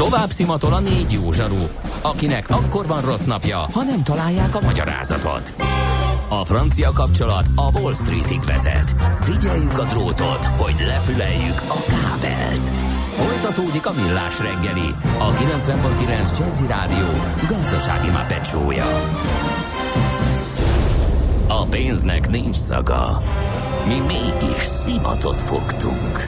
Tovább szimatol a 4 jó zsaru, akinek akkor van rossz napja, ha nem találják a magyarázatot. A francia kapcsolat a Wall Streetig vezet. Figyeljük a drótot, hogy lefüleljük a kábelt. Folytatódik a Millás reggeli, a 90.9 Jazzy Rádió gazdasági Muppet show-ja. A pénznek nincs szaga. Mi mégis szimatot fogtunk.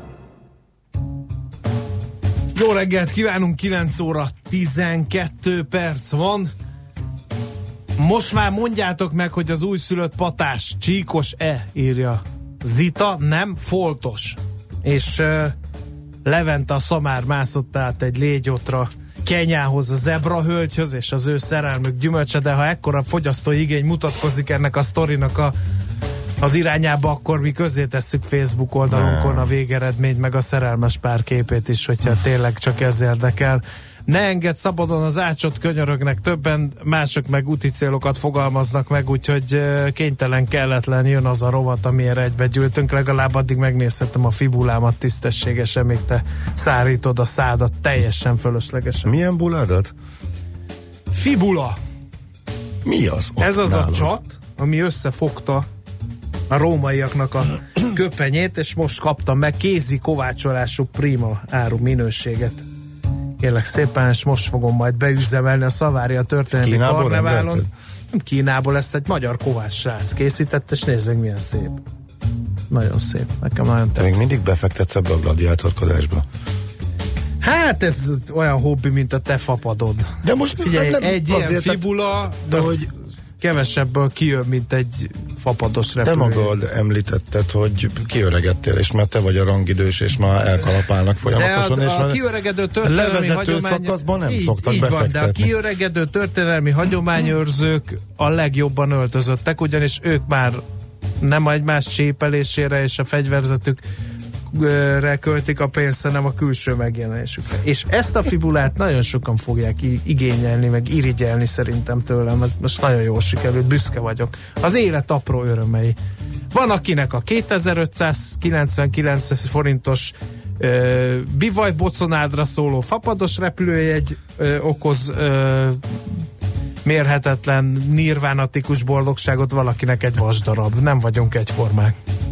Jó reggelt kívánunk, 9 óra 12 perc van. Most már mondjátok meg, hogy az újszülött patás csíkos-e, írja Zita, nem foltos. És Levente a szamár mászott át egy légyotra Kenyához, a zebrahölgyhöz, és az ő szerelmük gyümölcse, de ha ekkora fogyasztói igény mutatkozik ennek a sztorinak az irányába, akkor mi közé tesszük Facebook oldalunkon a végeredményt, meg a szerelmes pár képét is, hogyha tényleg csak ez érdekel. Ne engedd szabadon az ácsot, könyörögnek többen, mások meg úti célokat fogalmaznak meg, úgyhogy kénytelen, kelletlen jön az a rovat, amire egybegyűltünk. Legalább addig megnézhetem a fibulámat tisztességesen, még te szárítod a szádat teljesen fölöslegesen. Milyen buládat? Fibula. Mi az? Ez az nálad? a csat, ami összefogta a rómaiaknak a köpenyét, és most kaptam meg kézi kovácsolású prima áru minőséget. Kérlek szépen, és most fogom majd beüzemelni a Szavária történelmi karneválon. Nem Kínából, ezt egy magyar kovács srác készített, és nézzük, milyen szép. Nagyon szép, nekem nagyon tetszik. Még mindig befektetsz ebbe a gladiátorkodásba? Hát ez olyan hobbi, mint a te fapadod. De most figyelj, nem egy ilyen fibula, de hogy kevesebből kijön, mint egy fapados repülő. Te magad említetted, hogy kiöregedtél, és mert te vagy a rangidős, és már elkalapálnak folyamatosan. De és a kiöregedő történelmi hagyomány... szakaszban nem szoktak így befektetni. Van, de a kiöregedő történelmi hagyományőrzők a legjobban öltözöttek, ugyanis ők már nem egymás csépelésére és a fegyverzetük költik a pénzt, hanem a külső megjelenésükre. És ezt a fibulát nagyon sokan fogják igényelni, meg irigyelni szerintem tőlem. Ez most nagyon jól sikerült, büszke vagyok. Az élet apró örömei. Van akinek a 2599 forintos bivajboconádra szóló fapados repülőjegy okoz mérhetetlen nirvánatikus boldogságot, valakinek egy vasdarab. Nem vagyunk egyformák.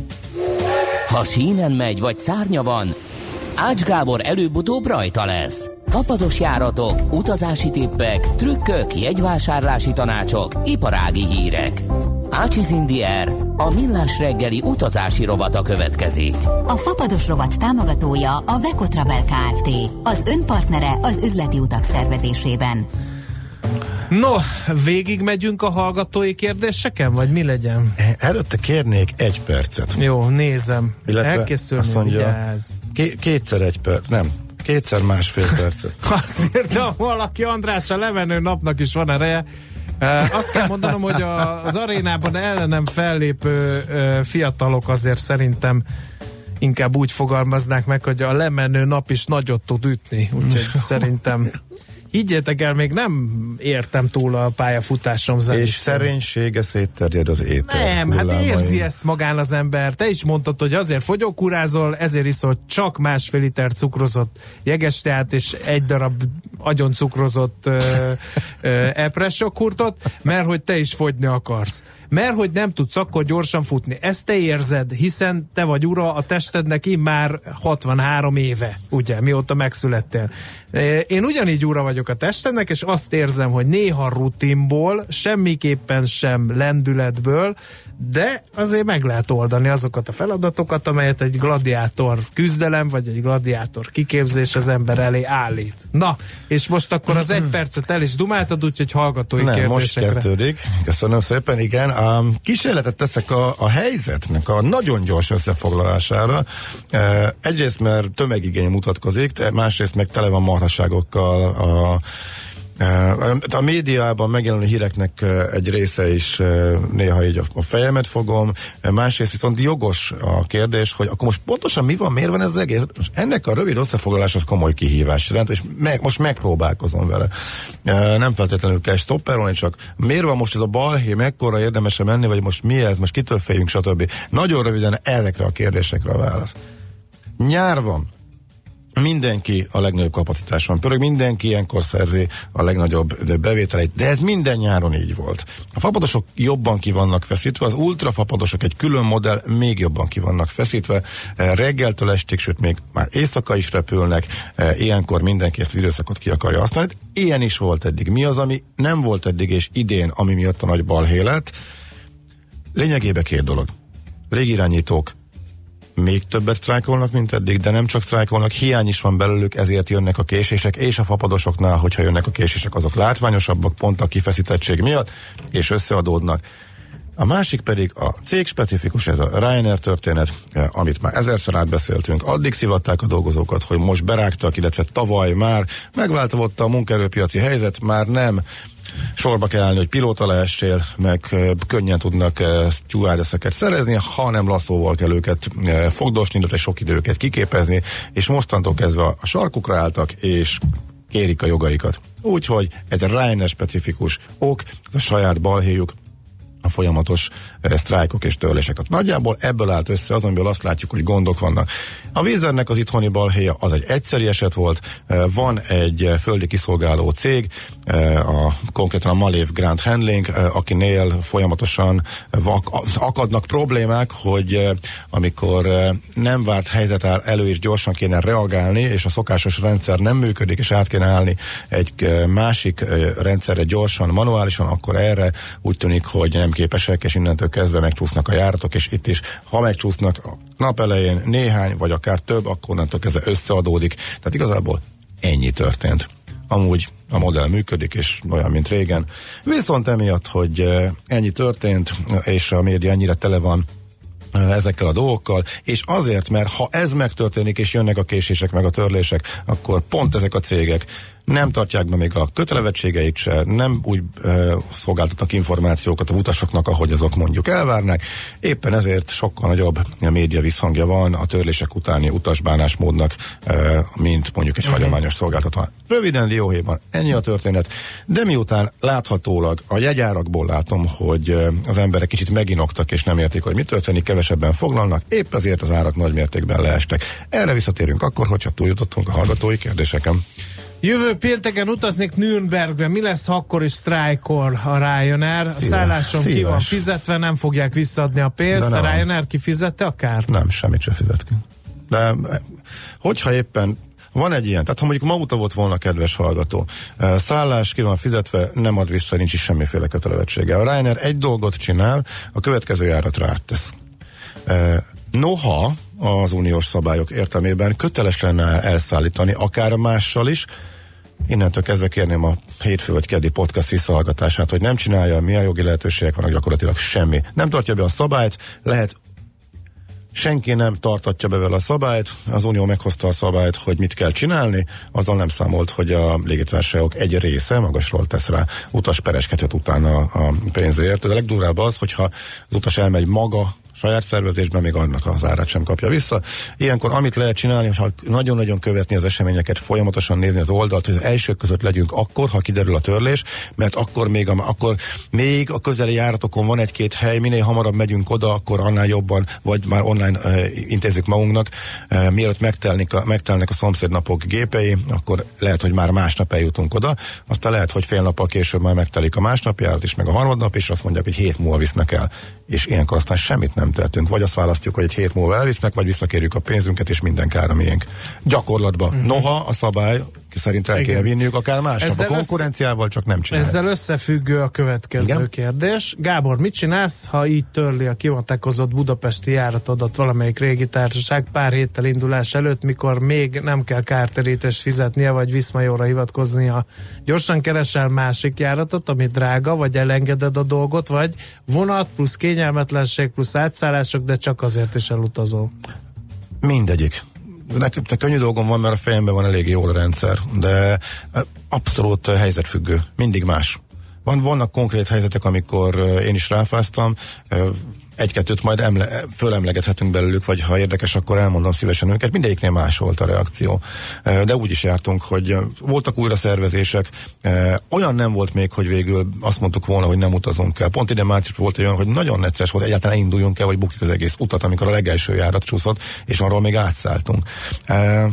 Ha sínen megy, vagy szárnya van, Ács Gábor előbb-utóbb rajta lesz. Fapados járatok, utazási tippek, trükkök, jegyvásárlási tanácsok, iparági hírek. Ácsiz Indiér, a Millás reggeli utazási rovata következik. A Fapados rovat támogatója a Veko Travel Kft. Az önpartnere az üzleti utak szervezésében. No, végig megyünk a hallgatói kérdéseken, vagy mi legyen? Előtte kérnék 1 percet. Jó, nézem. Elkészülni, vigyázz. Kétszer 1 perc, nem. Kétszer 1,5 percet. Azt írta valaki, András, a lemenő napnak is van ereje. Azt kell mondanom, hogy az arénában ellenem fellépő fiatalok azért szerintem inkább úgy fogalmaznák meg, hogy a lemenő nap is nagyot tud ütni. Úgyhogy szerintem higgyétek el, még nem értem túl a pályafutásom zenét. És szerénysége szétterjed az éter. Nem, hát érzi ezt magán az ember. Te is mondtad, hogy azért fogyókúrázol, ezért iszol csak 1,5 liter cukrozott jegesteát és 1 darab agyon cukrozott epressokurtot, mert hogy te is fogyni akarsz. Mert hogy nem tudsz akkor gyorsan futni. Ezt te érzed, hiszen te vagy ura a testednek immár 63 éve, ugye, mióta megszülettél. Én ugyanígy ura vagyok a testemnek, és azt érzem, hogy néha rutinból, semmiképpen sem lendületből, de azért meg lehet oldani azokat a feladatokat, amelyet egy gladiátor küzdelem, vagy egy gladiátor kiképzés az ember elé állít. Na, és most akkor az 1 percet el is dumáltad, úgyhogy hallgatói kérdésekre. Most kezdődik. Köszönöm szépen, igen. Kísérletet teszek a helyzetnek a nagyon gyors összefoglalására. Egyrészt, mert tömegigény mutatkozik, másrészt meg tele van marhaságokkal a médiában megjelenő híreknek egy része is néha így a fejemet fogom, másrészt viszont jogos a kérdés, hogy akkor most pontosan mi van, miért van ez az egész? Most ennek a rövid összefoglalás az komoly kihívás jelent, és most megpróbálkozom vele. Nem feltétlenül kell stopperolni, csak miért van most ez a balhé, mekkora érdemes menni, vagy most mi ez, most kitől féljünk, stb. Nagyon röviden ezekre a kérdésekre a válasz. Nyár van. mindenki a legnagyobb kapacitáson pörög, mindenki ilyenkor szerzi a legnagyobb bevételeit, de ez minden nyáron így volt. A fapadosok jobban ki vannak feszítve, az ultrafapadosok egy külön modell még jobban ki vannak feszítve, reggeltől estig, sőt még már éjszaka is repülnek, ilyenkor mindenki ezt az időszakot ki akarja használni. Ilyen is volt eddig. Mi az, ami nem volt eddig, és idén, ami miatt a nagy balhé lett? Lényegében két dolog. Légirányítók még többet sztrájkolnak, mint eddig, de nem csak sztrájkolnak, hiány is van belőlük, ezért jönnek a késések, és a fapadosoknál, hogyha jönnek a késések, azok látványosabbak, pont a kifeszítettség miatt, és összeadódnak. A másik pedig a cég specifikus, ez a Ryanair történet, amit már ezerszer átbeszéltünk. Addig szivatták a dolgozókat, hogy most berágtak, illetve tavaly már megváltozott a munkaerőpiaci helyzet, már nem sorba kell állni, hogy pilóta lehessél, meg könnyen tudnak stewardesseket szerezni, hanem lasszóval kell őket fogdosni, illetve sok időket kiképezni, és mostantól kezdve a sarkukra álltak, és kérik a jogaikat. Úgyhogy ez a Ryanair specifikus ok, a saját balhéjuk, a folyamatos sztrájkok és törlések. Nagyjából ebből állt össze az, amiből azt látjuk, hogy gondok vannak. A Wizz Airnek az itthoni balhéja az egy egyszeri eset volt. Van egy földi kiszolgáló cég, konkrétan a Malév Ground Handling, akinél folyamatosan akadnak problémák, hogy amikor nem várt helyzet áll elő, és gyorsan kéne reagálni, és a szokásos rendszer nem működik, és át kéne állni egy másik rendszerre gyorsan, manuálisan, akkor erre úgy tűnik, hogy nem képesek, és innentől kezdve megcsúsznak a járatok, és itt is, ha megcsúsznak a nap elején néhány, vagy akár több, akkor onnantól kezdve összeadódik. Tehát igazából ennyi történt. Amúgy a modell működik, és olyan, mint régen. Viszont emiatt, hogy ennyi történt, és a média ennyire tele van ezekkel a dolgokkal, és azért, mert ha ez megtörténik, és jönnek a késések, meg a törlések, akkor pont ezek a cégek nem tartják be még a kötelezettségeit se, nem úgy szolgáltatnak információkat a utasoknak, ahogy azok mondjuk elvárnak. Éppen ezért sokkal nagyobb média visszhangja van a törlések utáni utasbánásmódnak, mint mondjuk egy hagyományos szolgáltató. Röviden, dióhéjban ennyi a történet, de miután láthatólag a jegyárakból látom, hogy az emberek kicsit meginoktak és nem értik, hogy mi történik, kevesebben foglalnak, épp ezért az árak nagy mértékben leestek. Erre visszatérünk akkor, hogyha túljutottunk a hallgatói kérdéseken. Jövő pénteken utaznék Nürnbergbe, mi lesz, ha akkor is sztrájkol a Ryanair? A szállásom ki van fizetve, nem fogják visszaadni a pénzt, a Ryanair kifizette a kárt? Nem, semmit sem fizet ki. De hogyha éppen van egy ilyen, tehát ha mondjuk Mauta volt volna, kedves hallgató, szállás ki van fizetve, nem ad vissza, nincs is semmiféle kötelezettsége. A Ryanair egy dolgot csinál, a következő járatra áttesz. Noha az uniós szabályok értelmében köteles lenne elszállítani, akár mással is, innentől kezdve kérném a hétfő vagy keddi podcast visszahallgatását, hogy nem csinálja, milyen jogi lehetőségek vannak, gyakorlatilag semmi. Nem tartja be a szabályt, lehet senki nem tartatja be vele a szabályt, az Unió meghozta a szabályt, hogy mit kell csinálni, azzal nem számolt, hogy a légitársaságok egy része magasról tesz rá utaspereskedhet utána a pénzért. De a legdurvább az, hogyha az utas elmegy maga saját szervezésben, még annak az árát sem kapja vissza. Ilyenkor amit lehet csinálni, ha nagyon-nagyon követni az eseményeket, folyamatosan nézni az oldalt, hogy az elsők között legyünk akkor, ha kiderül a törlés, mert akkor még a közeli járatokon van egy-két hely, minél hamarabb megyünk oda, akkor annál jobban, vagy már online intézzük magunknak, mielőtt megtelnek a szomszédnapok gépei, akkor lehet, hogy már másnap eljutunk oda, aztán lehet, hogy fél nappal később már megtelik a másnap járat is, meg a harmadnap, és azt mondják, hogy 7 múlva visznek el. És ilyenkor aztán semmit nem tehetünk. Vagy azt választjuk, hogy egy 7 múlva elvisznek, vagy visszakérjük a pénzünket, és minden kár a miénk. Gyakorlatban. Noha a szabály szerint el kéne vinniük akár másnap. A konkurenciával csak nem csinálják. Ezzel összefüggő a következő kérdés. Gábor, mit csinálsz, ha így törli a kivontakozott budapesti járatodat valamelyik régi társaság pár héttel indulás előtt, mikor még nem kell kártérítést fizetnie, vagy Viszmajóra hivatkoznia? Gyorsan keresel másik járatot, ami drága, vagy elengeded a dolgot, vagy vonat plusz kényelmetlenség plusz átszállások, de csak azért is elutazol? Mindegyik. Nekem könnyű dolgom van, mert a fejemben van elég jól a rendszer, de abszolút helyzetfüggő. Mindig más. Vannak konkrét helyzetek, amikor én is ráfáztam, egy-kettőt majd fölemlegethetünk belőlük, vagy ha érdekes, akkor elmondom szívesen őket. Mindegyiknél más volt a reakció. De úgy is jártunk, hogy voltak újra szervezések. Olyan nem volt még, hogy végül azt mondtuk volna, hogy nem utazunk el. Pont ide március volt olyan, hogy nagyon necces volt, egyáltalán induljunk el, vagy bukjuk az egész utat, amikor a legelső járat csúszott, és arról még átszálltunk.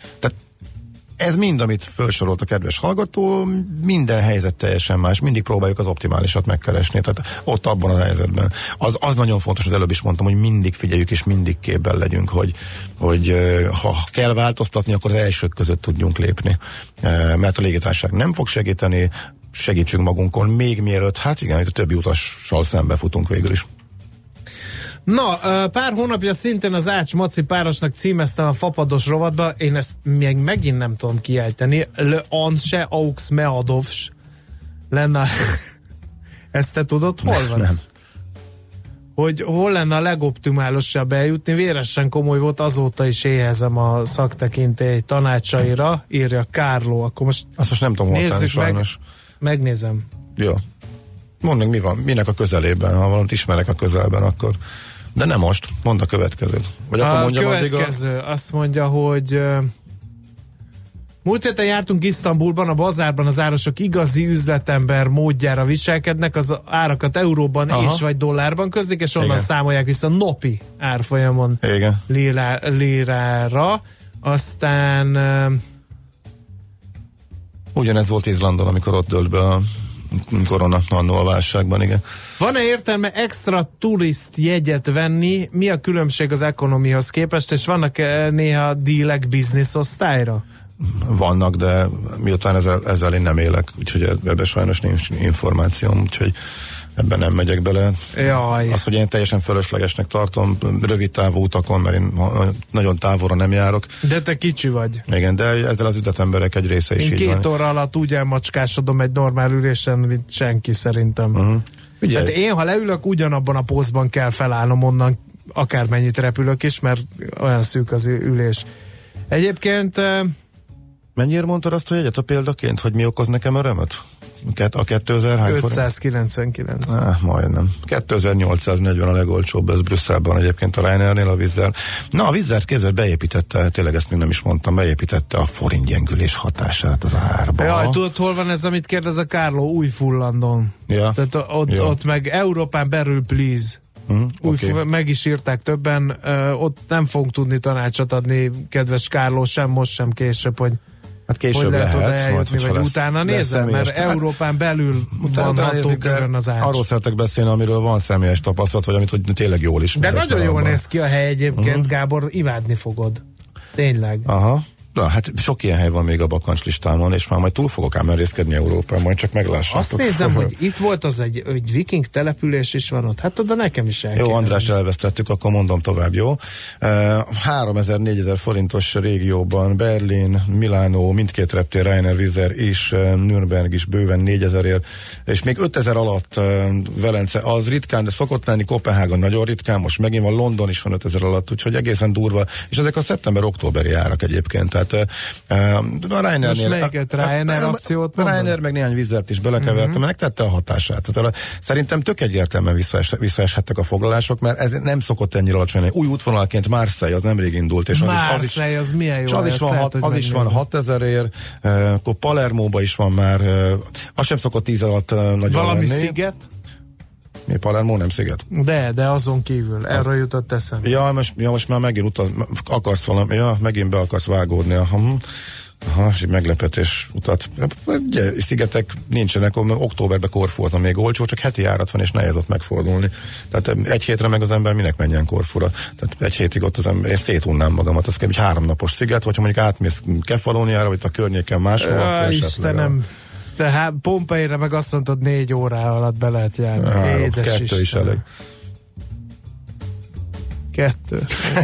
Tehát ez mind, amit felsorolt a kedves hallgató, minden helyzet teljesen más, mindig próbáljuk az optimálisat megkeresni, tehát ott abban a helyzetben. Az nagyon fontos, az előbb is mondtam, hogy mindig figyeljük és mindig képben legyünk, hogy ha kell változtatni, akkor az elsők között tudjunk lépni. Mert a légitársaság nem fog segíteni, segítsünk magunkon, még mielőtt, hát igen, itt a többi utassal szembefutunk végül is. Na, pár hónapja szintén az Ács Maci párosnak címeztem a fapados rovatba, én ezt még megint nem tudom kiejteni, Le Anse Aux Meadovs lenne, ezt te tudod, hol van? Nem. Hogy hol lenne a legoptimálisabb eljutni, véresen komoly volt, azóta is éhezem a szaktekintély tanácsaira, írja Kárló, akkor most azt most nem tudom mondani sajnos. Megnézem. Jó. Mondd meg, mi van, minek a közelében, ha valamit ismerek a közelben, akkor. De nem most, mondd a következőt. Vagy akkor mondjam következő azt mondja, hogy múlt héten jártunk Isztambulban, a bazárban az árosok igazi üzletember módjára viselkednek, az árakat euróban és vagy dollárban közlik, és onnan számolják vissza napi árfolyamon lirára. Aztán ugyanez volt Izlandon, amikor ott dőlt be a korona annó a válságban, igen. Van-e értelme extra turist jegyet venni? Mi a különbség az ekonomihoz képest, és vannak néha dílek business osztályra? Vannak, de miután ezzel én nem élek, úgyhogy ebben sajnos nincs információm, úgyhogy ebben nem megyek bele. Jaj. Az, hogy én teljesen fölöslegesnek tartom rövid távú utakon, mert én nagyon távolra nem járok. De te kicsi vagy. Igen, de ezzel az üzletemberek egy része is én így van. 2 óra alatt úgy elmacskásodom egy normál ülésen, mint senki szerintem. Hát én, ha leülök, ugyanabban a posztban kell felállnom onnan, akármennyit repülök is, mert olyan szűk az ülés. Egyébként mennyire mondtad azt a jegyet a példaként, hogy mi okoz nekem örömöt? A 599. Majdnem. 2840 a legolcsóbb, ez Brüsszelben egyébként a Ryanairnél a Wizz Air. Na, a Wizz Air képzeld, beépítette, tényleg ezt még nem is mondtam, beépítette a forint gyengülés hatását az árba. Jaj, tudod, hol van ez, amit kérdez a Kárló? Új-Fullandon. Ja. Tehát ott meg Európán belül, please. Okay. Meg is írták többen, ott nem fogunk tudni tanácsot adni, kedves Kárló, sem most, sem később, hogy hát később hogy lehet oda eljutni, vagy lesz, utána nézem, mert Európán belül van hatókörön az Ács. Arról szeretek beszélni, amiről van személyes tapasztalat, vagy amit hogy tényleg jól ismerek. De nagyon jól néz ki a hely egyébként, Gábor, imádni fogod. Tényleg. Aha. Na, hát sok ilyen hely van még a bakancslistámon, és már majd túl fogok ám merészkedni Európán, majd csak meglássátok. Azt nézem, hogy itt volt az egy viking település is van ott. Hát oda nekem is el. Jó, András, elvesztettük, akkor mondom tovább, jó? 3000-4000 forintos régióban Berlin, Milánó, mindkét reptér, Ryanair, Wizz Air és Nürnberg is bőven 4000-ért, és még 5000 alatt Velence, az ritkán, de szokott lenni, Kopenhága nagyon ritkán, most megint van, London is van 5000 alatt, úgyhogy egészen durva, és ezek a szeptember-októberi árak egyébként, tehát a Ryanair akciót Ryanair meg néhány Wizz Air-t is belekevertem, megtette a hatását. Tehát szerintem tök egyértelműen visszaeshettek a foglalások, mert ez nem szokott ennyire alacsony. Új útvonalként Marseille az nemrég indult, és Marseille az milyen jó. Az is van 6000-ért, akkor Palermóba is van már, az sem szokott 10 alatt nagyon valami lenni. sziget? Mi, Palermo nem sziget? De azon kívül, erről jutott eszembe. Ja, most már megint akarsz valami, megint be akarsz vágódni. És egy meglepetés utat. Ugye, szigetek nincsenek, októberben Korfu az, még olcsó, csak heti járat van, és nehéz ott megfordulni. Tehát egy hétre meg az ember minek menjen Korfura. Tehát egy hétig ott az ember, én szétunnám magamat, az kell egy 3 napos sziget, vagy ha mondjuk átmész Kefalóniára, vagy a környéken máshol. Istenem! Tehát Pompeire meg azt mondtad 4 órá alatt be lehet járni. Édes 2 Isten. is elég. 2.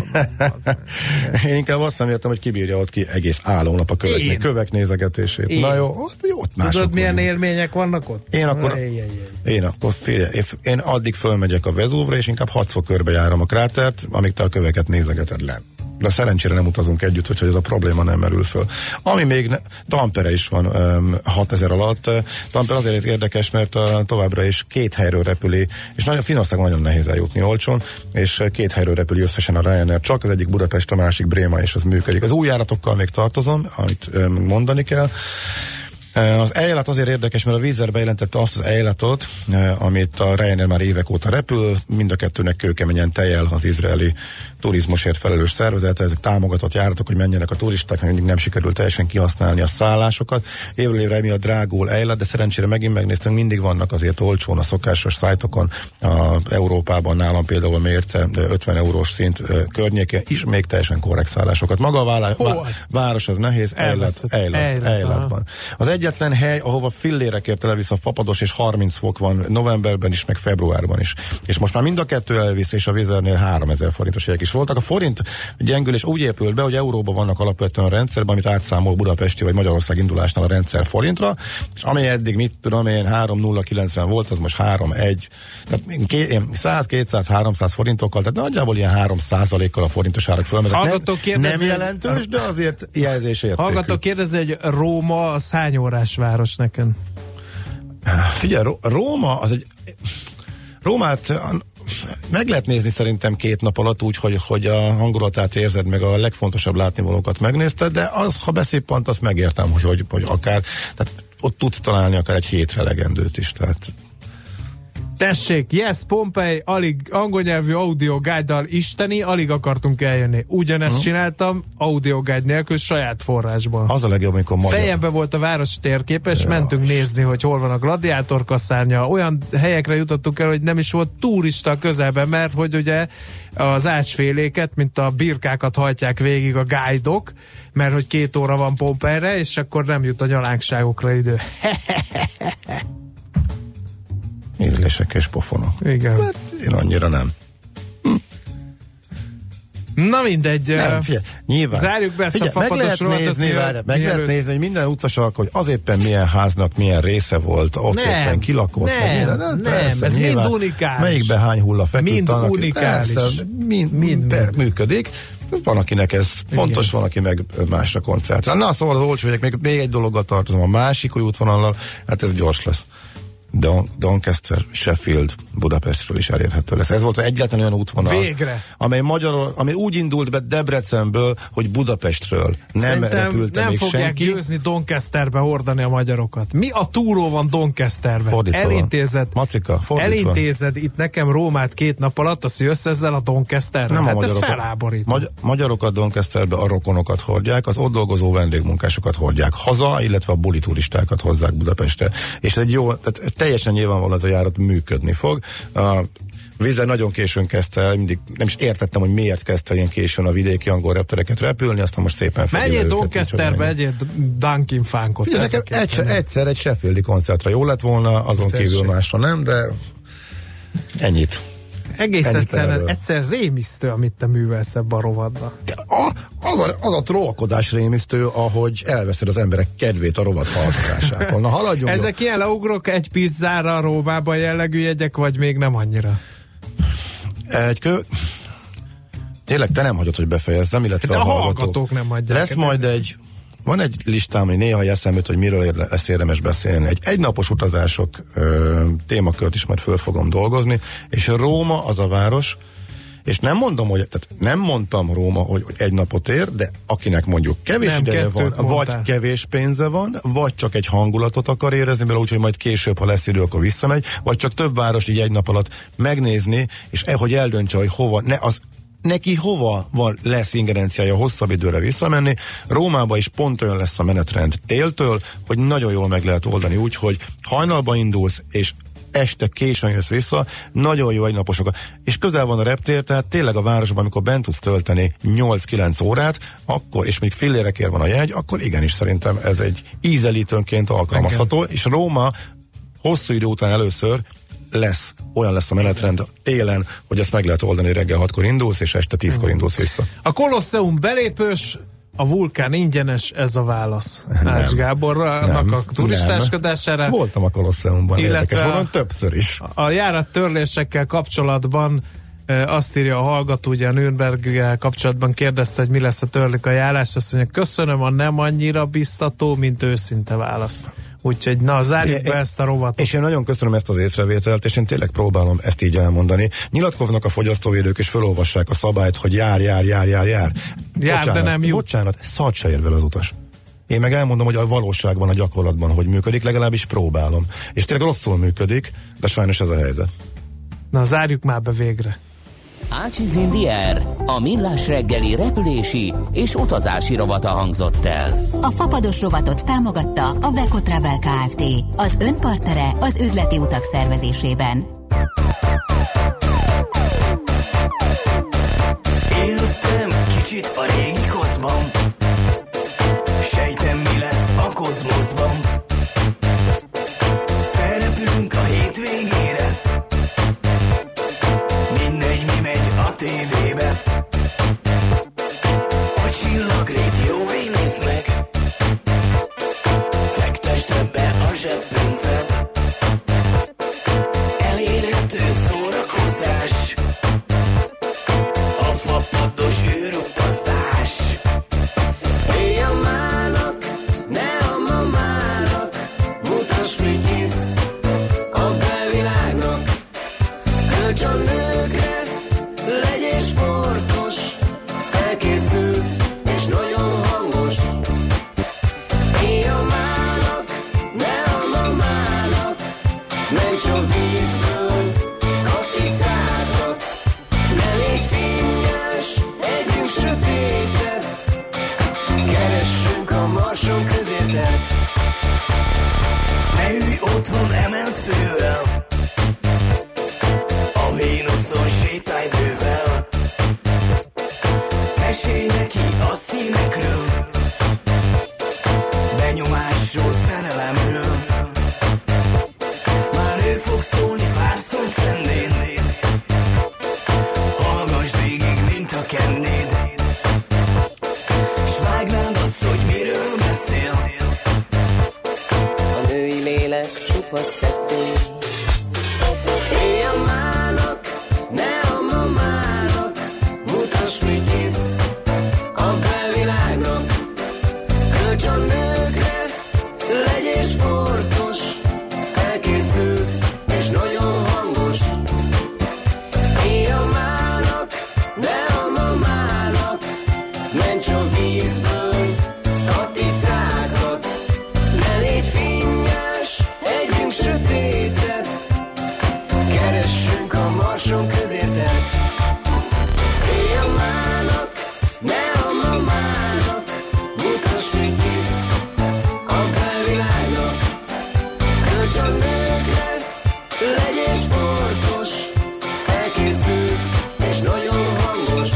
Én inkább azt nem értem, hogy kibírja ott ki egész állónap a kövek nézegetését. Na jó, ott mások. Tudod, milyen élmények vannak ott? Én akkor én addig fölmegyek a Vezúvra, és inkább 6-szor körbejárom a krátert, amíg te a köveket nézegeted le. De szerencsére nem utazunk együtt, hogy ez a probléma nem merül föl. Ami még Tampere is van 6000 alatt. Tampere azért érdekes, mert továbbra is 2 helyről repüli, és Finnországon nagyon nehéz eljutni olcsón, és 2 helyről repüli összesen a Ryanair, csak az egyik Budapest, a másik Bréma, és az működik. Az új járatokkal még tartozom, amit mondani kell. Az elját azért érdekes, mert a Wizz Air bejelentette azt az eljátot, amit a Ryanair már évek óta repül, mind a kettőnek kőkeményen tejel az izraeli turizmusért felelős szervezet, ezek támogatott járatok, hogy menjenek a turisták, mindig nem sikerült teljesen kihasználni a szállásokat. Évről évre emiatt drágul elját, de szerencsére megint megnéztünk, mindig vannak azért olcsón a szokásos szájtokon, Európában nálam például mérce 50 eurós szint környéke is még teljesen korrekt szállásokat. Maga a város az nehéz, Eilat van. Az egyetlen hely, ahova fillérekért televisz a fapados, és 30 fok van novemberben is, meg februárban is. És most már mind a kettő elvisz, és a Wizz Airnél 3000 forintos jegyek is voltak. A forint gyengülés úgy épült be, hogy euróban vannak alapvetően a rendszerben, amit átszámol budapesti vagy Magyarország indulásnál a rendszer forintra, és amely eddig, mit tudom én, 3,090 volt, az most 3,1. Tehát 100-200-300 forintokkal, tehát nagyjából ilyen 3%-kal a forintos árak fölmennek. Nem jelentős, de azért jelzésértékű. Hallgató kérdezi, hogy Róma az hány órás város nekem? Figyelj, Róma az egy... Rómát meg lehet nézni szerintem 2 nap alatt úgy, hogy a hangulatát érzed, meg a legfontosabb látnivalókat megnézted, de az, ha beszippant, azt megértem, hogy akár, tehát ott tudsz találni akár egy hétre elegendőt is, tehát... Tessék, yes, Pompei, alig angol nyelvű audio guide-dal isteni, alig akartunk eljönni. Ugyanezt csináltam audio guide nélkül saját forrásból. Az a legjobb, amikor magyar. Fejemben volt a város térképe, és mentünk nézni, hogy hol van a gladiátor kaszárnya. Olyan helyekre jutottunk el, hogy nem is volt turista közelben, mert hogy ugye az ácsféléket, mint a birkákat hajtják végig a guide-ok, mert hogy 2 óra van Pompeire, és akkor nem jut a nyalánkságokra idő. Ízlések és pofonok. Igen. Hát én annyira nem. Na mindegy. Nem, figyelj, nyilván. Zárjuk be ezt a fapados rovatot. Meg lehet nézni, hogy minden utcasark, hogy az éppen milyen háznak milyen része volt, ott éppen kilakott. Nem, ez mind unikális. Melyikben hány hulla feküdt. Mind unikális. Persze, mind működik. Van, akinek ez fontos, van, aki meg másra koncentrál. Na, szóval az olcsó jegyek, még egy dologgal tartozom, a másik útvonallal, hát ez gyors lesz. Doncaster, Sheffield, Budapestről is elérhető lesz. Ez volt az egyetlen olyan útvonal, végre, amely úgy indult be Debrecenből, hogy Budapestről nem repülte még senki. Nem fogják győzni Doncasterbe hordani a magyarokat. Mi a túró van Doncasterbe? Elintézed itt nekem Rómát 2 nap alatt, azt jössz ezzel a Doncasterre. Nem, hát ez feláborító. Magyarokat Doncasterbe a rokonokat hordják, az ott dolgozó vendégmunkásokat hordják haza, illetve a buli turistákat hozzák Budapestre. És egy jó, tehát teljesen nyilvánvalóan ez a járat működni fog. A Wizz Air nagyon későn kezdte el, mindig nem is értettem, hogy miért kezdte ilyen későn a vidéki angol reptereket repülni, aztán most szépen fedél őket. Menjél Doncasterbe, egyél Dunkin Funkot. Egyszer egy Sheffieldi koncertre jó lett volna, azon kívül másra nem, de ennyit. Egész egyszer rémisztő, amit te művelsz ebbe a rovatba. Az a trollkodás rémisztő, ahogy elveszed az emberek kedvét a rovat hallgatásától. Na, haladjunk. Ezek ilyen leugrok egy pizzára a Rómában jellegű jegyek, vagy még nem annyira? Tényleg te nem hagyod, hogy befejezzem, illetve a hallgatók nem hagyják. Lesz majd van egy listám, hogy néha eszembe, hogy miről lesz érdemes beszélni. Egy egynapos utazások témakört is majd föl fogom dolgozni, és Róma az a város, és nem mondtam Róma, hogy 1 napot ér, de akinek mondjuk kevés ideje van, vagy kevés pénze van, vagy csak egy hangulatot akar érezni, mert úgyhogy majd később, ha lesz idő, akkor visszamegy, vagy csak több város így 1 nap alatt megnézni, és hogy eldöntse, hogy hova, neki hova lesz ingerenciája hosszabb időre visszamenni. Rómába is pont olyan lesz a menetrend téltől, hogy nagyon jól meg lehet oldani úgy, hogy hajnalban indulsz, és este későn jössz vissza, nagyon jó egynaposokat. És közel van a reptér, tehát tényleg a városban, amikor bent tudsz tölteni 8-9 órát, akkor, és még fillérekért van a jegy, akkor igenis szerintem ez egy ízelítőnként alkalmazható, és Róma hosszú idő után először olyan lesz a menetrend télen, hogy ezt meg lehet oldani, reggel 6-kor indulsz, és este 10-kor indulsz vissza. A Kolosseum belépős, a vulkán ingyenes, ez a válasz. Ács Gábornak a turistáskodására. Voltam a Kolosseumban, érdekes voltam többször is. A járattörlésekkel kapcsolatban azt írja a hallgató, ugye a Nürnberggel kapcsolatban kérdezte, hogy mi lesz, a törlik a járás, azt mondja, köszönöm a nem annyira biztató, mint őszinte választ. Úgyhogy zárjuk be ezt a rovatot. És én nagyon köszönöm ezt az észrevételt, és én tényleg próbálom ezt így elmondani. Nyilatkoznak a fogyasztóvédők, és felolvassák a szabályt, hogy jár. Jár, de nem jut. Bocsánat, szart se ér vele az utas. Én meg elmondom, hogy a valóságban, a gyakorlatban hogy működik, legalábbis próbálom. És tényleg rosszul működik, de sajnos ez a helyzet. Na, zárjuk már be végre. Ácsiz Indier, a millás reggeli repülési és utazási rovata hangzott el. A fapados rovatot támogatta a Veco Travel Kft. Az önpartnere az üzleti utak szervezésében. Éltem kicsit a régi koszban, sejtem mi lesz a kozmoszban. Szerepülünk a hétvégére, mindegy mi megy a tévébe. A csillagrét jó nézd meg, fektesd be a zseppénzed. Elérhető szórakozás, a fapados űrutazás. Éjjel-mának, ne a mamának, mutasd, mit hisz a belvilágnak. Kölcs a nőkre, legyél sportos, felkészült és nagyon hangos. Éjjel-mának, ne a mamának, ments a vízből, katicákat. Ne légy finnyes, együnk sötétet, keressünk a marson közértet. Ne ülj otthon emelt fővel, a Vénuszon sétálj bővel. Mesélj neki a színekről, benyomásról, szerelemről. Már ő fog szólni pár szót szendén, hallgass végig, mint a kennéd. S vágd rád azt, hogy miről beszél. A női lélek csupa szeszély. Éjjel-mának, ne a mamának, mutasd, mit hisz a belvilágnak. Kölcs a nőkre, legyél sportos, felkészült és nagyon hangos. Éjjel-mának, ne a mamának, ments a vízből, katicákat. Ne légy finnyes, együnk sötétet, keressünk a marson közértet. Éjjel-mának, ne a mamának, mutasd, mit hisz a belvilágnak. Kölcs a nőkre, legyél sportos, felkészült és nagyon hangos.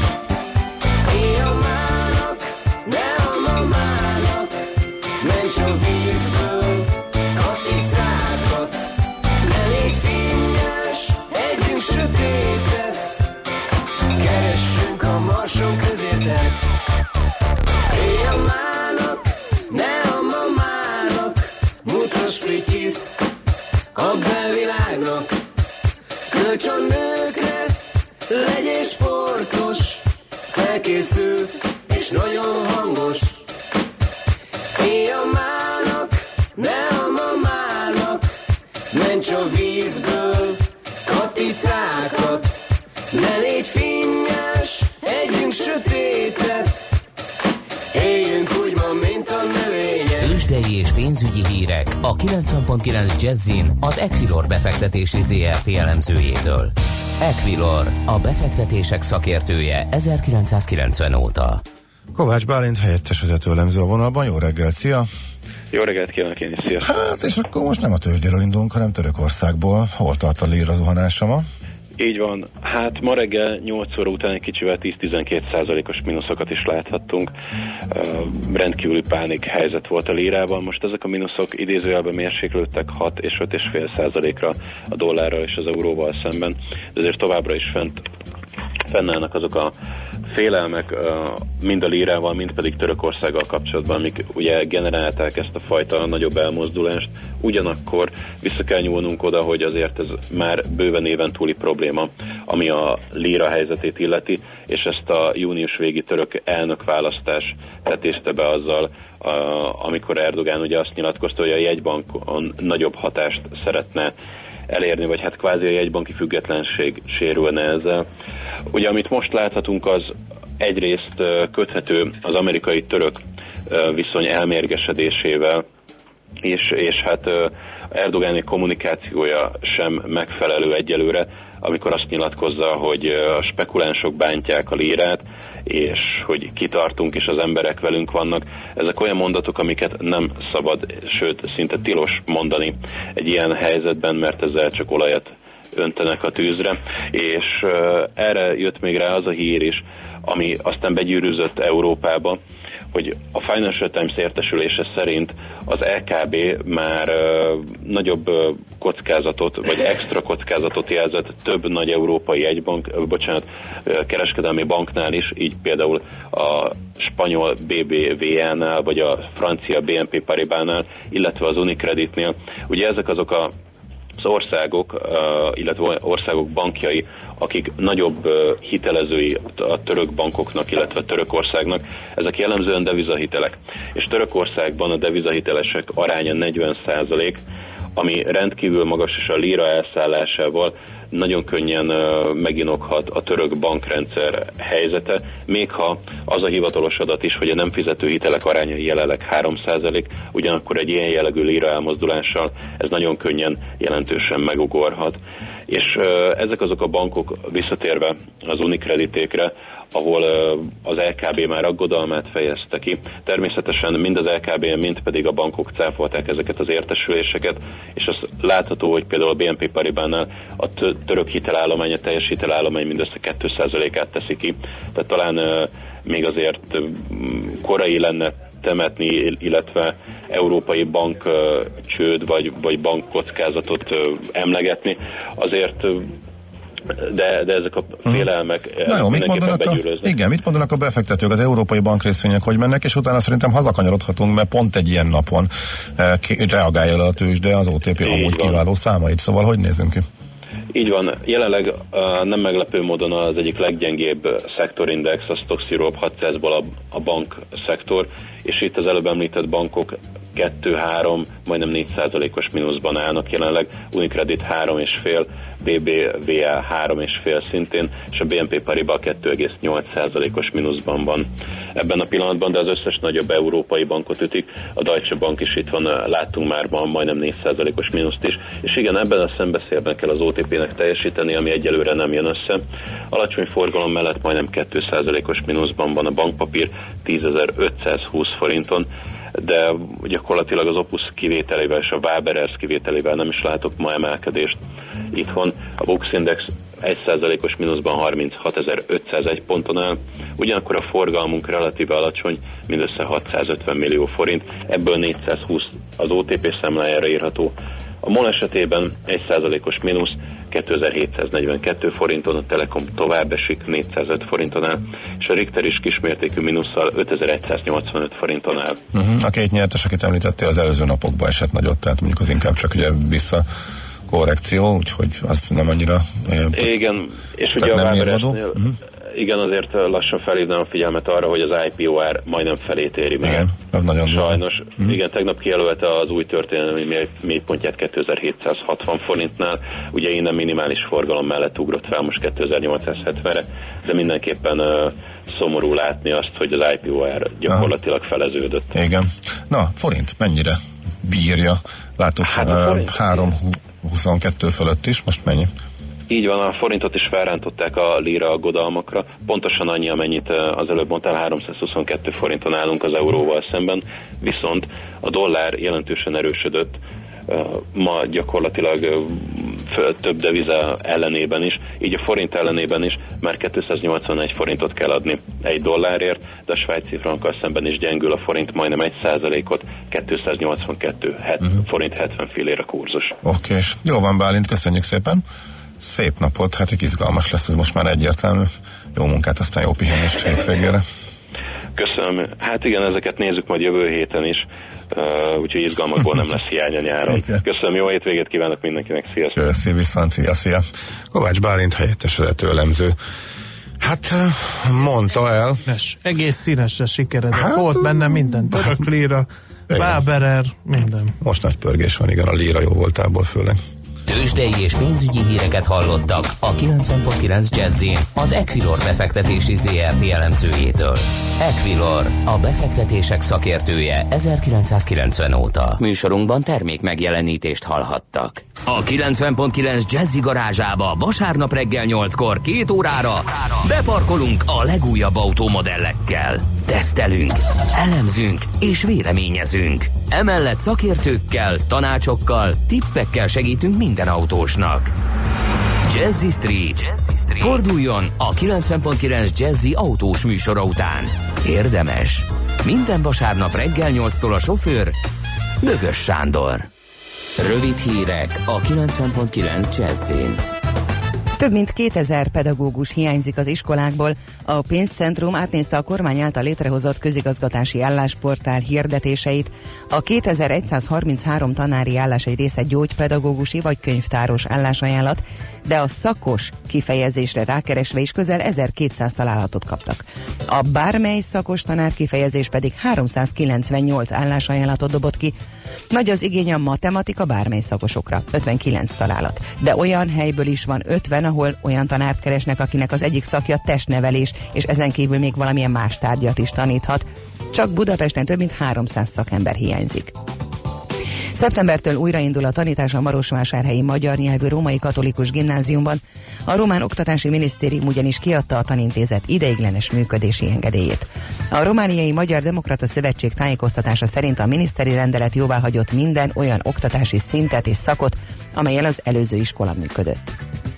Éjjel-mának, ne a mamának, ments a vízből, katicákat. Ne légy finnyes, együnk sötétet, keressünk a marson közértet. Éjjel-mának, ne a mamának, mutasd, mit hisz a belvilágnak. Kölcs a nőkre, legyél sportos, felkészült és nagyon hangos. Éjjel-mának, ne a mamának, ments a vízből, katicákat. Ne légy finnyes, együnk sötétet, éljünk úgy ma, mint a növények. Tőzsdei és pénzügyi hírek a 90.9 Jazzin az Equilor befektetési ZRT elemzőjétől. Equilor, a befektetések szakértője 1990 óta. Kovács Bálint helyettes vezető elemző a vonalban. Jó reggel, szia! Jó reggelt kívánok én is, sziasztok! Hát, és akkor most nem a tőzsdéről indulunk, hanem Törökországból. Hol tart a líra zuhanása ma? Így van. Hát ma reggel 8 óra után egy kicsivel 10-12%-os mínuszokat is láthattunk. Rendkívüli pánik helyzet volt a lírában. Most ezek a mínuszok idézőjelben mérséklődtek 6 és 5,5%-ra a dollárral és az euróval szemben. De azért továbbra is fennállnak azok a félelmek mind a lírával, mind pedig Törökországgal kapcsolatban, amik ugye generálták ezt a fajta nagyobb elmozdulást. Ugyanakkor vissza kell nyúlnunk oda, hogy azért ez már bőven éven túli probléma, ami a líra helyzetét illeti, és ezt a június végi török elnökválasztás tetézte be azzal, amikor Erdogán ugye azt nyilatkozta, hogy a jegybankon nagyobb hatást szeretne elérni, vagy hát kvázi a jegybanki függetlenség sérülne ezzel. Ugye amit most láthatunk, az egyrészt köthető az amerikai-török viszony elmérgesedésével, és hát Erdogan kommunikációja sem megfelelő egyelőre, amikor azt nyilatkozza, hogy a spekulánsok bántják a lírát, és hogy kitartunk, és az emberek velünk vannak. Ezek olyan mondatok, amiket nem szabad, sőt, szinte tilos mondani egy ilyen helyzetben, mert ezzel csak olajat öntenek a tűzre, és erre jött még rá az a hír is, ami aztán begyűrűzött Európába, hogy a Financial Times értesülése szerint az LKB már nagyobb kockázatot, vagy extra kockázatot jelzett több nagy európai kereskedelmi banknál is, így például a spanyol BBVA-nál, vagy a francia BNP Paribas-nál, illetve az Unicreditnél. Ugye ezek azok az országok, illetve országok bankjai, akik nagyobb hitelezői a török bankoknak, illetve Törökországnak, ezek jellemzően devizahitelek. És Törökországban a devizahitelesek aránya 40%, ami rendkívül magas, és a líra elszállásával nagyon könnyen meginokhat a török bankrendszer helyzete, még ha az a hivatalos adat is, hogy a nem fizető hitelek aránya jelenleg 3%, ugyanakkor egy ilyen jellegű líra elmozdulással ez nagyon könnyen jelentősen megugorhat. És ezek azok a bankok, visszatérve az Unicreditékre, ahol az LKB már aggodalmát fejezte ki. Természetesen mind az LKB-n, mind pedig a bankok cáfolták ezeket az értesüléseket, és az látható, hogy például a BNP Paribasnál a török hitelállomány, a teljes hitelállomány mindössze 2%-át teszi ki. Tehát talán még azért korai lenne temetni, illetve európai bankcsőd vagy bankkockázatot emlegetni. Azért de ezek a félelmek mindenképpen begyűröznek. Igen, mit mondanak a befektetők, az európai bankrészvények, hogy mennek, és utána szerintem hazakanyarodhatunk, mert pont egy ilyen napon reagálja le a tőzsde az OTP amúgy kiváló számait, szóval hogy nézzünk ki? Így van. Jelenleg nem meglepő módon az egyik leggyengébb szektorindex, a Stoxx Europe 600-ból a bankszektor, és itt az előbb említett bankok 2-3, majdnem 4%-os mínuszban állnak jelenleg, Unicredit 3,5, BBVA 3,5 szintén, és a BNP Paribas 2,8%-os mínuszban van ebben a pillanatban, de az összes nagyobb európai bankot ütik. A Deutsche Bank is itt van, láttunk már majdnem 4%-os mínuszt is, és igen, ebben a szembeszélben kell az OTP-nek teljesíteni, ami egyelőre nem jön össze. Alacsony forgalom mellett majdnem 2%-os mínuszban van a bankpapír 10.520 forinton, de gyakorlatilag az Opus kivételével és a Waberers kivételével nem is látok ma emelkedést itthon. A Bux Index 1%-os mínuszban 36.501 ponton áll, ugyanakkor a forgalmunk relatíve alacsony, mindössze 650 millió forint, ebből 420 az OTP számlájára írható. A MOL esetében 1%-os mínusz 2742 forinton, a Telekom tovább esik 405 forinton áll, és a Richter is kismértékű mínusszal 5185 forinton áll. A két nyertes, akit említettél, az előző napokban esett nagyot, tehát mondjuk az inkább csak ugye vissza korrekció, úgyhogy az nem annyira... Igen, és ugye a Waberesnél igen, azért lassan felhívnám a figyelmet arra, hogy az IPO ár majdnem felét éri meg. Igen, az nagyon sajnos. Igen, tegnap kijelölte az új történelmi mélypontját 2760 forintnál, ugye innen minimális forgalom mellett ugrott fel most 2870-re, de mindenképpen szomorú látni azt, hogy az IPO ár gyakorlatilag feleződött. Igen. Na, forint mennyire bírja? Látok, hát 3,22 fölött is, most mennyi? Így van, a forintot is felrántották a líra aggodalmakra, pontosan annyi, amennyit az előbb mondtál, 322 forinton állunk az euróval szemben, viszont a dollár jelentősen erősödött, ma gyakorlatilag több deviza ellenében is, így a forint ellenében is már 281 forintot kell adni egy dollárért, de a svájci frankkal szemben is gyengül a forint majdnem 1%-ot, 282 forint 70 fillére kurzus. Oké, és jó van, Bálint, köszönjük szépen! Szép napot, hát izgalmas lesz ez most már egyértelmű. Jó munkát, aztán jó pihenést hétvégére. Köszönöm. Hát igen, ezeket nézzük majd jövő héten is, úgyhogy izgalmakból nem lesz hiány a nyáron. Köszönöm, jó hétvégét kívánok mindenkinek, sziasztok! Köszi, viszont, szia! Kovács Bálint helyettes vezetőelemző. Hát mondta el. Egész színesre sikeredett. Volt benne minden. Török líra, Waberer, minden. Most nagy pörgés van, igen, a líra jó voltából főleg. Tőzsdei és pénzügyi híreket hallottak a 90.9 Jazz-in az Equilor befektetési ZRT elemzőjétől. Equilor, a befektetések szakértője 1990 óta. Műsorunkban termék megjelenítést hallhattak. A 90.9 Jazzy garázsába vasárnap reggel 8-kor 2 órára beparkolunk a legújabb automodellekkel. Tesztelünk, elemzünk és véleményezünk. Emellett szakértőkkel, tanácsokkal, tippekkel segítünk minden autósnak. Jazzy Street. Forduljon a 90.9 Jazzy autós műsora után. Érdemes. Minden vasárnap reggel 8-tól a sofőr Bögös Sándor. Rövid hírek a 90.9 Jazzyn. Több mint 2000 pedagógus hiányzik az iskolákból. A pénzcentrum átnézte a kormány által létrehozott közigazgatási állásportál hirdetéseit. A 2133 tanári állás egy része gyógypedagógusi vagy könyvtáros állásajánlat, de a szakos kifejezésre rákeresve is közel 1200 találatot kaptak. A bármely szakos tanár kifejezés pedig 398 állásajánlatot dobott ki. Nagy az igény a matematika bármely szakosokra, 59 találat. De olyan helyből is van 50, ahol olyan tanárt keresnek, akinek az egyik szakja testnevelés, és ezen kívül még valamilyen más tárgyat is taníthat. Csak Budapesten több mint 300 szakember hiányzik. Szeptembertől újraindul a tanítás a marosvásárhelyi magyar nyelvű római katolikus gimnáziumban. A román oktatási minisztérium ugyanis kiadta a tanintézet ideiglenes működési engedélyét. A Romániai Magyar Demokrata Szövetség tájékoztatása szerint a miniszteri rendelet jóváhagyott minden olyan oktatási szintet és szakot, amellyel az előző iskola működött.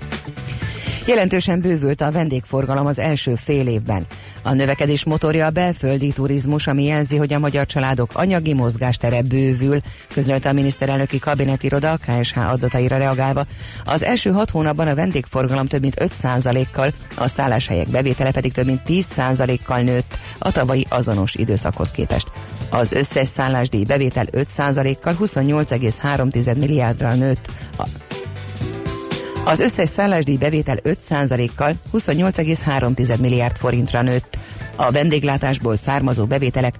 Jelentősen bővült a vendégforgalom az első fél évben. A növekedés motorja a belföldi turizmus, ami jelzi, hogy a magyar családok anyagi mozgástere bővül, közölte a miniszterelnöki kabinetiroda a KSH adataira reagálva. Az első 6 hónapban a vendégforgalom több mint 5%-kal, a szálláshelyek bevétele pedig több mint 10%-kal nőtt a tavalyi azonos időszakhoz képest. Az összes szállásdíj bevétel 5%-kal 28,3 milliárdra nőtt. Az összes szállásdíj bevétel 5%-kal 28,3 milliárd forintra nőtt. A vendéglátásból származó bevételek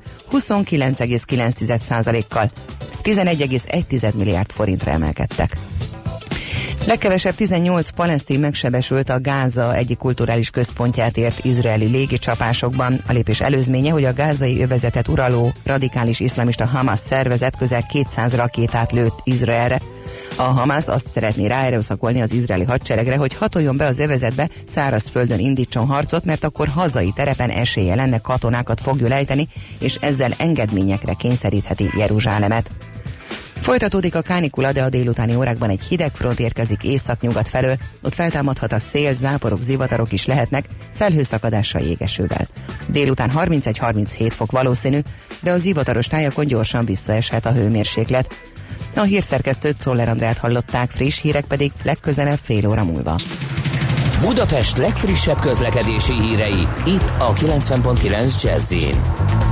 29,9%-kal 11,1 milliárd forintra emelkedtek. Legkevesebb 18 palesztin megsebesült a Gáza egyik kulturális központját ért izraeli légicsapásokban. A lépés előzménye, hogy a gázai övezetet uraló radikális iszlamista Hamas szervezet közel 200 rakétát lőtt Izraelre. A Hamas azt szeretné ráerőszakolni az izraeli hadseregre, hogy hatoljon be az övezetbe, szárazföldön indítson harcot, mert akkor hazai terepen esélye lenne katonákat fogjon ejteni, és ezzel engedményekre kényszerítheti Jeruzsálemet. Folytatódik a kánikula, de a délutáni órákban egy hideg front érkezik északnyugat felől, ott feltámadhat a szél, záporok, zivatarok is lehetnek, felhőszakadással, jégesővel. Délután 31-37 fok valószínű, de a zivataros tájakon gyorsan visszaeshet a hőmérséklet. A hírszerkesztőt, Czoller Andrát hallották, friss hírek pedig legközelebb fél óra múlva. Budapest legfrissebb közlekedési hírei, itt a 90.9 Jazz-in.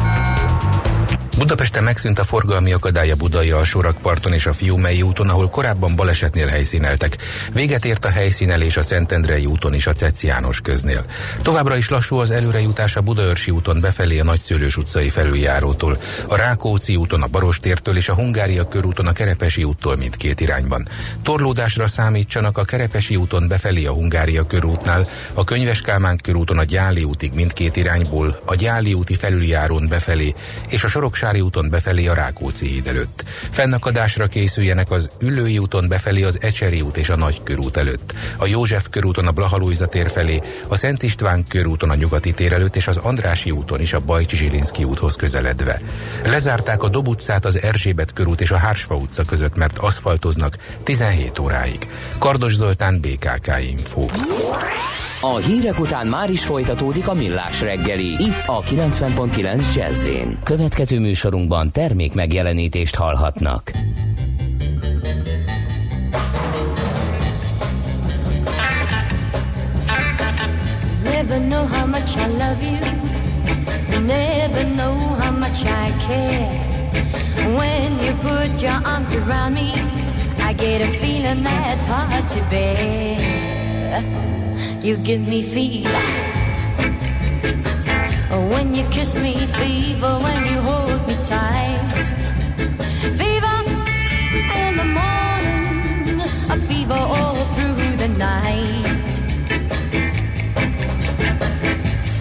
Budapesten megszűnt a forgalmi akadály a Budai Alsórakparton és a Fiumei úton, ahol korábban balesetnél helyszíneltek. Véget ért a helyszínelés a Szentendrei úton és a Cecz János köznél. Továbbra is lassú az előrejutás a Budaörsi úton befelé a Nagyszőlős utcai felüljárótól, a Rákóczi úton a Barostértől és a Hungária körúton a Kerepesi úttól mindkét irányban. Torlódásra számítsanak a Kerepesi úton befelé a Hungária körútnál, a Könyves Kálmán körúton a Gyáli útig mindkét irányból, a Gyáli úti felüljárón befelé és a Soroksári úton befelé a Rákóczi híd előtt. Fennakadásra készüljenek az Üllői úton befelé az Ecseri út és a Nagykörút előtt, a József körúton a Blaha-Lujza tér felé, a Szent István körúton a Nyugati tér előtt és az Andrássy úton is a Bajcsi-Zsilinszky úthoz közeledve. Lezárták a Dob utcát az Erzsébet körút és a Hársfa utca között, mert aszfaltoznak 17 óráig. Kardos Zoltán, BKK Info. A hírek után már is folytatódik a Millás reggeli, itt a 90.9 Jazz-in. Következő műsorunkban termék megjelenítést hallhatnak. Never know how much I love you. Never know how much I care. When you put your arms around me, I get a feeling that's hard to bear. You give me fever when you kiss me, fever when you hold me tight. Fever in the morning, a fever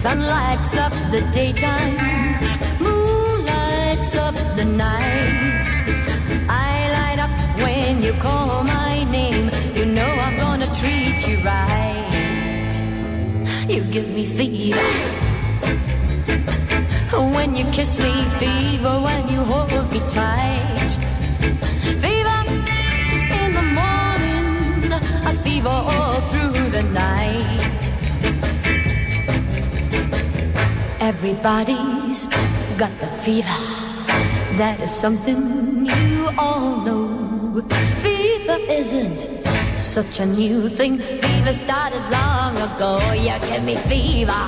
Sun lights up the daytime, moon lights up the night. I light up when you call my name. You know I'm gonna treat you right. You give me fever when you kiss me, fever when you hold me tight. Fever in the morning, a fever all through the night. Everybody's got the fever. That is something you all know. Fever isn't such a new thing. Fever started long ago. You give me fever.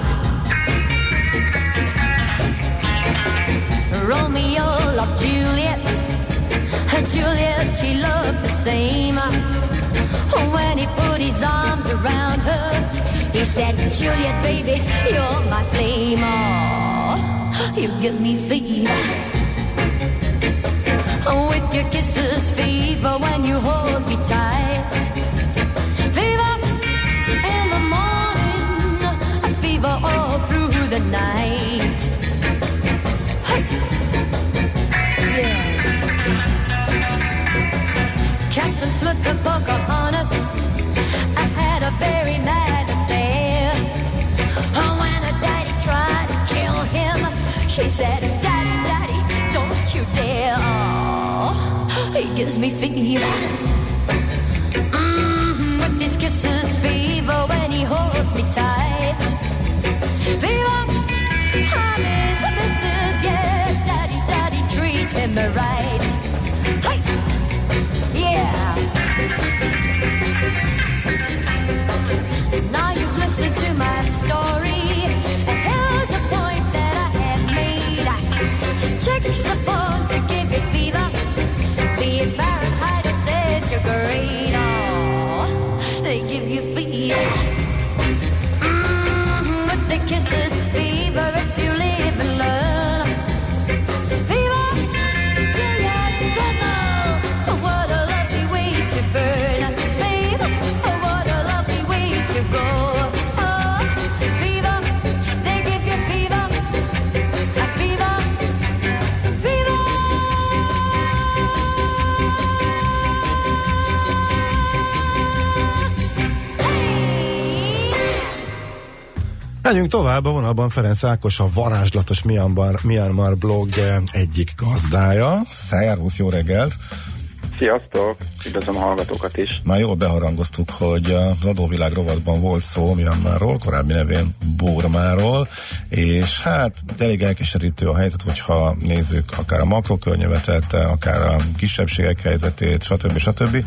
Romeo loved Juliet, and Juliet, she loved the same. When he put his arms around her, he said, Juliet, baby, you're my flame. Oh, you give me fever. With your kisses, fever when you hold me tight. Fever in the morning, a fever all through the night. Hey. Yeah. Captain Smith and Pocahontas, I had a very mad affair. When her daddy tried to kill him, she said, Daddy, Daddy, don't you dare. Oh, he gives me fever. With his kisses, fever when he holds me tight. Fever, highways and misses, yeah. Daddy, Daddy, treat him right. Hey, yeah. Now you've listened to my story, and here's a point that I have made. Chicks are born to give you fever, be it Fahrenheit or centigrade. Oh, they give you fever. With the kisses, fever if you live and learn. Fever, yeah, yes, I know. What a lovely way to burn. Fever, what a lovely way to go. Oh, fever, they give you fever. A fever, fever. Menjünk tovább, a vonalban Ferenc Ákos, a varázslatos Myanmar blog egyik gazdája. Szervusz, jó reggelt! Sziasztok! Üdvözlöm a hallgatókat is! Már jól beharangoztuk, hogy az adóvilág rovatban volt szó Myanmarról, korábbi nevén Burmáról, és hát elég elkeserítő a helyzet, hogyha nézzük akár a makrokörnyezetet, akár a kisebbségek helyzetét, stb.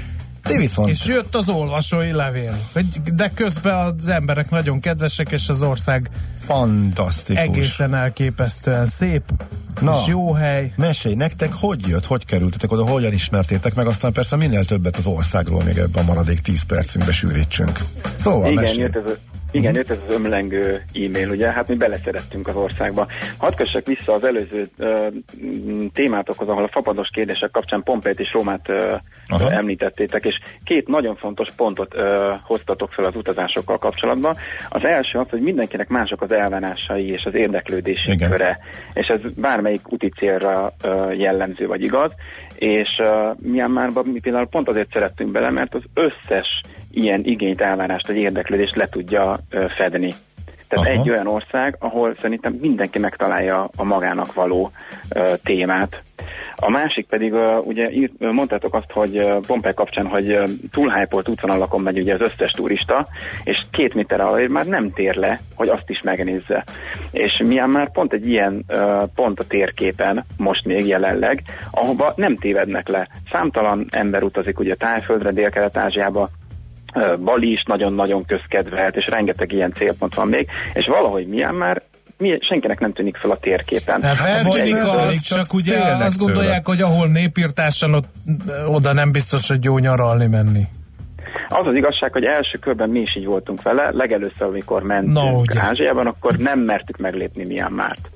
És jött az olvasói levél. De közben az emberek nagyon kedvesek, és az ország fantasztikus. Egészen elképesztően szép, és jó hely. Mesélj, nektek hogy jött, hogy kerültetek oda, hogyan ismertétek meg, aztán persze minél többet az országról még ebben a maradék 10 percünkbe sűrítsünk. Szóval igen, jött ez az ömlengő e-mail, ugye, hát mi beleszerettünk az országba. Hadd kössek vissza az előző témátokhoz, ahol a fapados kérdések kapcsán Pompeit és Rómát említettétek, és két nagyon fontos pontot hoztatok fel az utazásokkal kapcsolatban. Az első az, hogy mindenkinek mások az elvárásai és az érdeklődési köre, és ez bármelyik úti célra jellemző vagy igaz, és Myanmarban mi például pont azért szerettünk bele, mert az összes ilyen igényt, elvárást vagy érdeklődést le tudja fedni. Tehát egy olyan ország, ahol szerintem mindenki megtalálja a magának való témát. A másik pedig, ugye mondtátok azt, hogy Pompei kapcsán, hogy túl hype-olt útvonalakon megy ugye az összes turista, és 2 méter alá már nem tér le, hogy azt is megnézze. És Myanmar pont egy ilyen pont a térképen, most még jelenleg, ahova nem tévednek le. Számtalan ember utazik ugye Tájföldre, Dél-Kelet-Ázsiába, Bali is nagyon-nagyon közkedvelt, és rengeteg ilyen célpont van még, és valahogy Myanmar senkinek nem tűnik fel a térképen. Feltűnik az, csak ugye azt gondolják, hogy ahol népírtáson, oda nem biztos, hogy jó nyaralni menni. Az az igazság, hogy első körben mi is így voltunk vele, legelőször, amikor mentünk Ázsiában, akkor nem mertük meglépni Myanmart.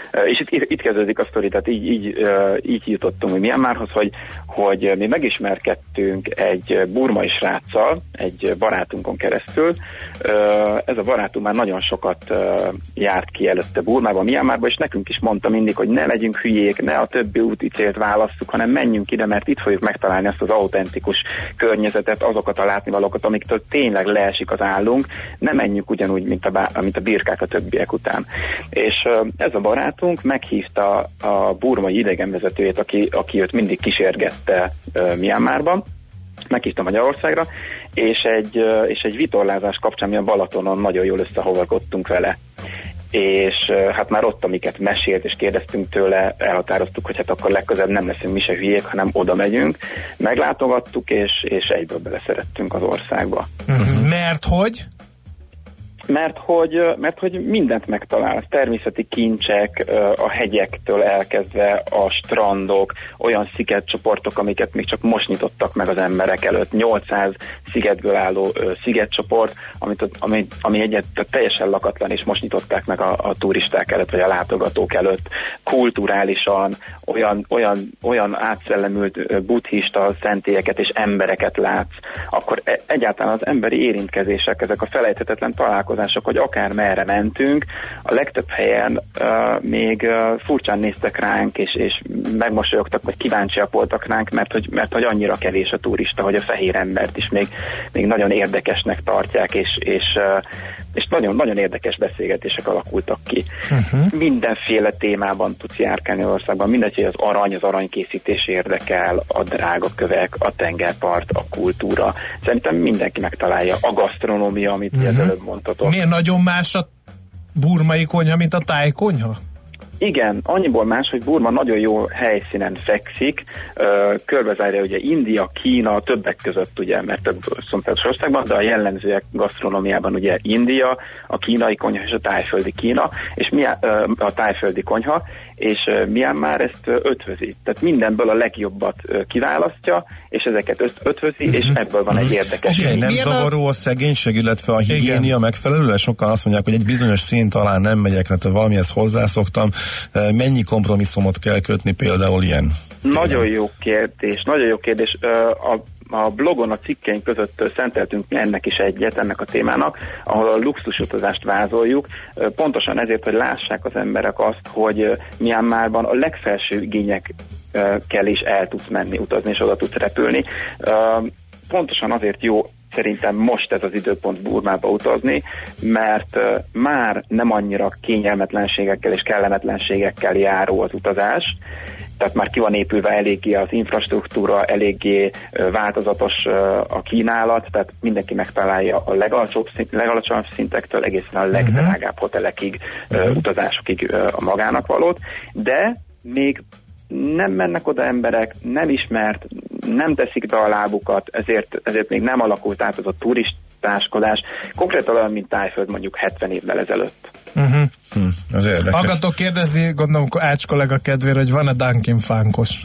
És itt kezdődik a sztori, tehát így jutottunk mi Myanmarhoz, hogy mi megismerkedtünk egy burmai sráccal, egy barátunkon keresztül. Ez a barátunk már nagyon sokat járt ki előtte Burmába, Myanmarba, és nekünk is mondta mindig, hogy ne legyünk hülyék, ne a többi úti célt válasszuk, hanem menjünk ide, mert itt fogjuk megtalálni azt az autentikus környezetet, azokat a látnivalókat, amiktől tényleg leesik az állunk, ne menjünk ugyanúgy, mint a birkák a többiek után. És ez a barátunk meghívta a burmai idegenvezetőjét, aki őt mindig kísérgette Myanmarban, meghívta Magyarországra, és egy vitorlázás kapcsán mi a Balatonon nagyon jól összehovarkodtunk vele. És hát már ott, amiket mesélt és kérdeztünk tőle, elhatároztuk, hogy hát akkor legközelebb nem leszünk mi se hülyék, hanem oda megyünk. Meglátogattuk, és egyből beleszerettünk az országba. Mert hogy? Mert hogy mindent megtalál, természeti kincsek, a hegyektől elkezdve a strandok, olyan szigetcsoportok, amiket még csak most nyitottak meg az emberek előtt, 800 szigetből álló szigetcsoport, ami egyet teljesen lakatlan, és most nyitották meg a turisták előtt, vagy a látogatók előtt. Kulturálisan olyan átszellemült buddhista szentélyeket és embereket látsz, akkor egyáltalán az emberi érintkezések, ezek a felejthetetlen találkozások, hogy akár merre mentünk, a legtöbb helyen még furcsán néztek ránk, és megmosolyogtak, vagy kíváncsiak voltak ránk, mert hogy annyira kevés a turista, hogy a fehér embert is még nagyon érdekesnek tartják, és nagyon érdekes beszélgetések alakultak ki. Mindenféle témában tudsz járkálni az országban, mindegy, hogy az aranykészítés érdekel, a drágakövek, a tengerpart, a kultúra. Szerintem mindenki megtalálja. A gasztronómia, amit az előbb mondtatok. Miért nagyon más a burmai konyha, mint a táj konyha? Igen, annyiból más, hogy Burma nagyon jó helyszínen fekszik, körbezárja ugye India, Kína, többek között ugye, mert több szomszédos országban, de a jellemzőek gasztronómiában ugye India, a kínai konyha és a tájföldi Kína, és a tájföldi konyha, és Myanmar ezt ötvözi. Tehát mindenből a legjobbat kiválasztja, és ezeket ötvözi, és ebből van egy érdekes. Okay, nem zavaró a szegénység, illetve a higiénia megfelelő? Sokan azt mondják, hogy egy bizonyos szint alá nem megyek, hát valamihez hozzászoktam. Mennyi kompromisszumot kell kötni például ilyen? Nagyon jó kérdés. A blogon a cikkeink között szenteltünk ennek is ennek a témának, ahol a luxusutazást vázoljuk, pontosan ezért, hogy lássák az emberek azt, hogy Myanmarban a legfelső igényekkel is el tudsz menni, utazni, és oda tudsz repülni. Pontosan azért jó szerintem most ez az időpont Burmába utazni, mert már nem annyira kényelmetlenségekkel és kellemetlenségekkel járó az utazás, tehát már ki van épülve eléggé az infrastruktúra, eléggé változatos a kínálat, tehát mindenki megtalálja a legalacsonyabb szintektől egészen a legdrágább hotelekig, utazásokig a magának valót, de még nem mennek oda emberek, nem ismert, nem teszik be a lábukat, ezért még nem alakult át az a turistáskodás, konkrétan olyan, mint Tájföld mondjuk 70 évvel ezelőtt. Az érdekes. Hallgatók kérdezi, gondolom Ács kollega kedvére, hogy van-e Dunkin Funkos?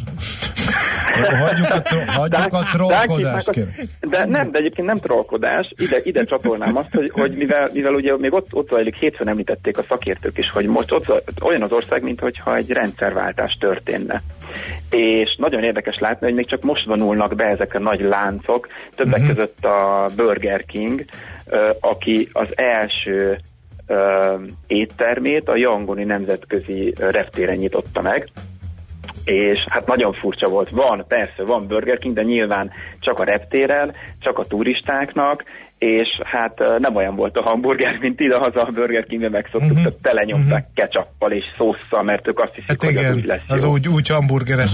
Hagyjuk a trollkodást. De egyébként nem trollkodás. Ide csatolnám azt, hogy mivel ugye még ott zajlik, hétfőn említették a szakértők is, hogy most ott olyan az ország, mintha egy rendszerváltás történne. És nagyon érdekes látni, hogy még csak most vonulnak be ezek a nagy láncok, többek között a Burger King, aki az első éttermét a Yangoni nemzetközi reptéren nyitotta meg, és hát nagyon furcsa volt. Van Burger King, de nyilván csak a reptéren, csak a turistáknak, és hát nem olyan volt a hamburger, mint idehaza a Burger Kingben megszoktuk, tehát telenyomták ketchuppal és szósszal, mert ők azt hiszik, hát hogy az úgy lesz jó. Az úgy hamburgeres.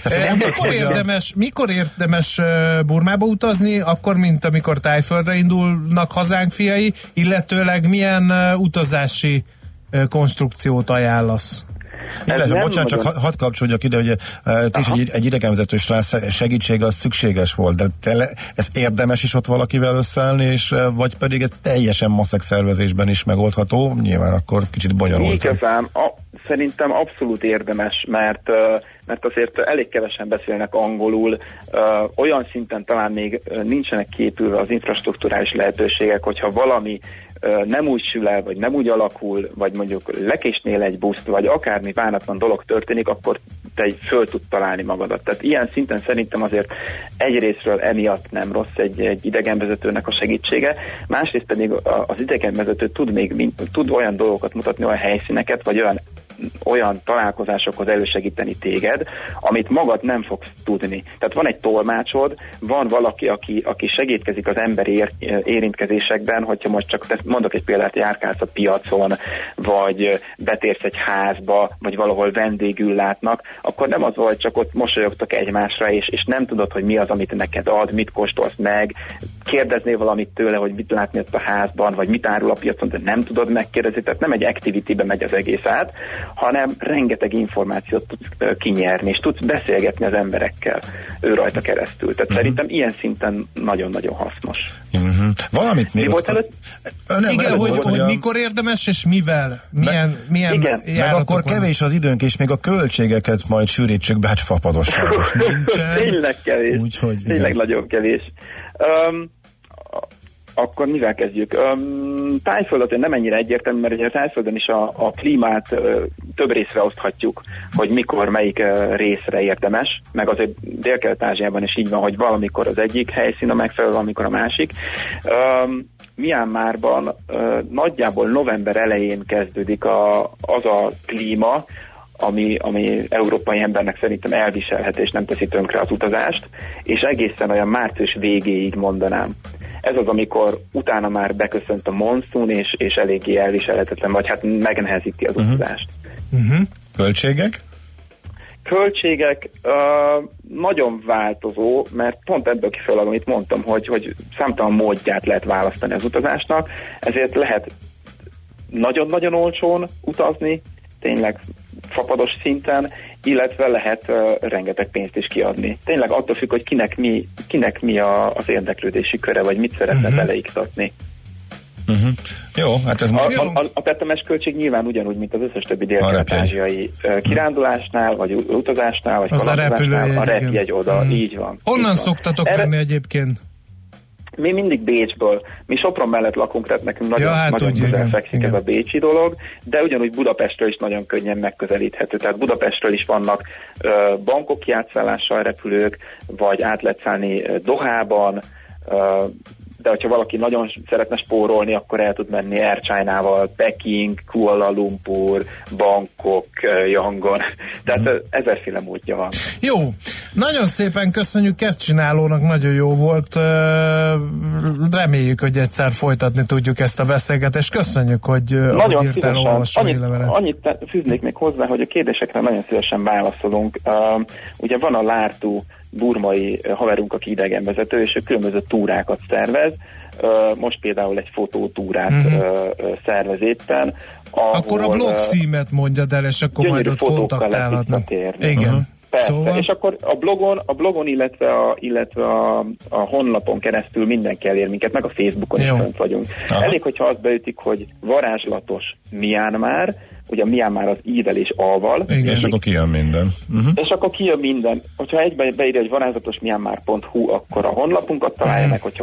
Mikor érdemes Burmába utazni? Akkor, mint amikor Tájföldre indulnak hazánk fiai, illetőleg milyen utazási konstrukciót ajánlasz? Illetve, bocsánat, csak hadd kapcsolódjak ide, hogy egy idegenvezető segítség az szükséges volt, de ez érdemes is ott valakivel összeállni, és vagy pedig ez teljesen maszek szervezésben is megoldható, nyilván akkor kicsit bonyolult. Igazán, szerintem abszolút érdemes, mert azért elég kevesen beszélnek angolul, olyan szinten talán még nincsenek képülve az infrastrukturális lehetőségek, hogyha valami nem úgy sül el, vagy nem úgy alakul, vagy mondjuk lekésnél egy buszt, vagy akármi váratlan dolog történik, akkor te föl tud találni magadat. Tehát ilyen szinten szerintem azért egyrésztről emiatt nem rossz egy idegenvezetőnek a segítsége, másrészt pedig az idegenvezető tud olyan dolgokat mutatni, olyan helyszíneket, vagy olyan találkozásokhoz elősegíteni téged, amit magad nem fogsz tudni. Tehát van egy tolmácsod, van valaki, aki segítkezik az emberi érintkezésekben, hogyha most csak mondok egy példát, járkálsz a piacon, vagy betérsz egy házba, vagy valahol vendégül látnak, akkor nem az, hogy csak ott mosolyogtok egymásra, és nem tudod, hogy mi az, amit neked ad, mit kóstolsz meg, kérdeznél valamit tőle, hogy mit látni ott a házban, vagy mit árul a piacon, de nem tudod megkérdezni, tehát nem egy activity-be megy az egész át, hanem rengeteg információt tudsz kinyerni, és tudsz beszélgetni az emberekkel ő rajta keresztül. Tehát szerintem ilyen szinten nagyon-nagyon hasznos. Valamit még... Igen, hogy mikor érdemes, és mivel? Milyen igen, meg akkor kevés az időnk, és még a költségeket majd sűrítsük be, hát fapadosság is nincsen. Tényleg kevés. Úgyhogy, tényleg nagyon kevés. Akkor mivel kezdjük? Tájföldön nem ennyire egyértelmű, mert ugye a Tájföldön is a klímát több részre oszthatjuk, hogy mikor melyik részre érdemes, meg azért Dél-Kelet-Ázsiában is így van, hogy valamikor az egyik helyszín a megfelelő, valamikor a másik. Myanmarban nagyjából november elején kezdődik az a klíma, ami európai embernek szerintem elviselhető, és nem teszi tönkre az utazást, és egészen olyan március végéig mondanám. Ez az, amikor utána már beköszönt a monszun, és eléggé elviselhetetlen, vagy hát megnehezíti az utazást. Költségek? Költségek nagyon változó, mert pont ebből kifolyólag, amit mondtam, hogy számtalan módját lehet választani az utazásnak, ezért lehet nagyon-nagyon olcsón utazni, tényleg fapados szinten, illetve lehet rengeteg pénzt is kiadni. Tényleg attól függ, hogy kinek mi az érdeklődési köre, vagy mit szeretne beleiktatni. Jó, hát ez a tetemes költség nyilván ugyanúgy, mint az összes többi dél-kelet-ázsiai kirándulásnál, vagy utazásnál, vagy kalandozásnál, a repjegy oda, így van. Honnan szoktatok menni egyébként? Mi mindig Bécsből. Mi Sopron mellett lakunk, tehát nekünk nagyon közel fekszik ez a bécsi dolog, de ugyanúgy Budapestről is nagyon könnyen megközelíthető. Tehát Budapestről is vannak Bangkoki átszállással repülők, vagy át lehet szállni Dohában, de hogyha valaki nagyon szeretne spórolni, akkor el tud menni Air China-val, Peking, Kuala Lumpur, Bangkok, Yangon. Tehát ezerféle módja van. Jó, nagyon szépen köszönjük, kettcsinálónak nagyon jó volt. Reméljük, hogy egyszer folytatni tudjuk ezt a beszélgetést. Köszönjük, hogy nagyon írtál olvasói levelet. Annyit fűznék még hozzá, hogy a kérdésekre nagyon szívesen válaszolunk. Ugye van a Lártú burmai haverunk, aki idegenvezető, és ő különböző túrákat szervez. Most például egy fotótúrát szervez éppen. Akkor a blog címet mondjad el, és akkor majd ott kontaktálhatnak. Igen. Persze, szóval... és akkor a blogon, illetve a honlapon keresztül mindenki elér minket, meg a Facebookon is fönt vagyunk. Elég, hogyha azt beütik, hogy varázslatos Myanmar, ugye Myanmar az I-vel és A-val. Igen, és akkor kijön minden. És akkor kijön minden. Hogyha egyben beírja, hogy varázslatosmyanmar.hu, akkor a honlapunkat találja meg, hogyha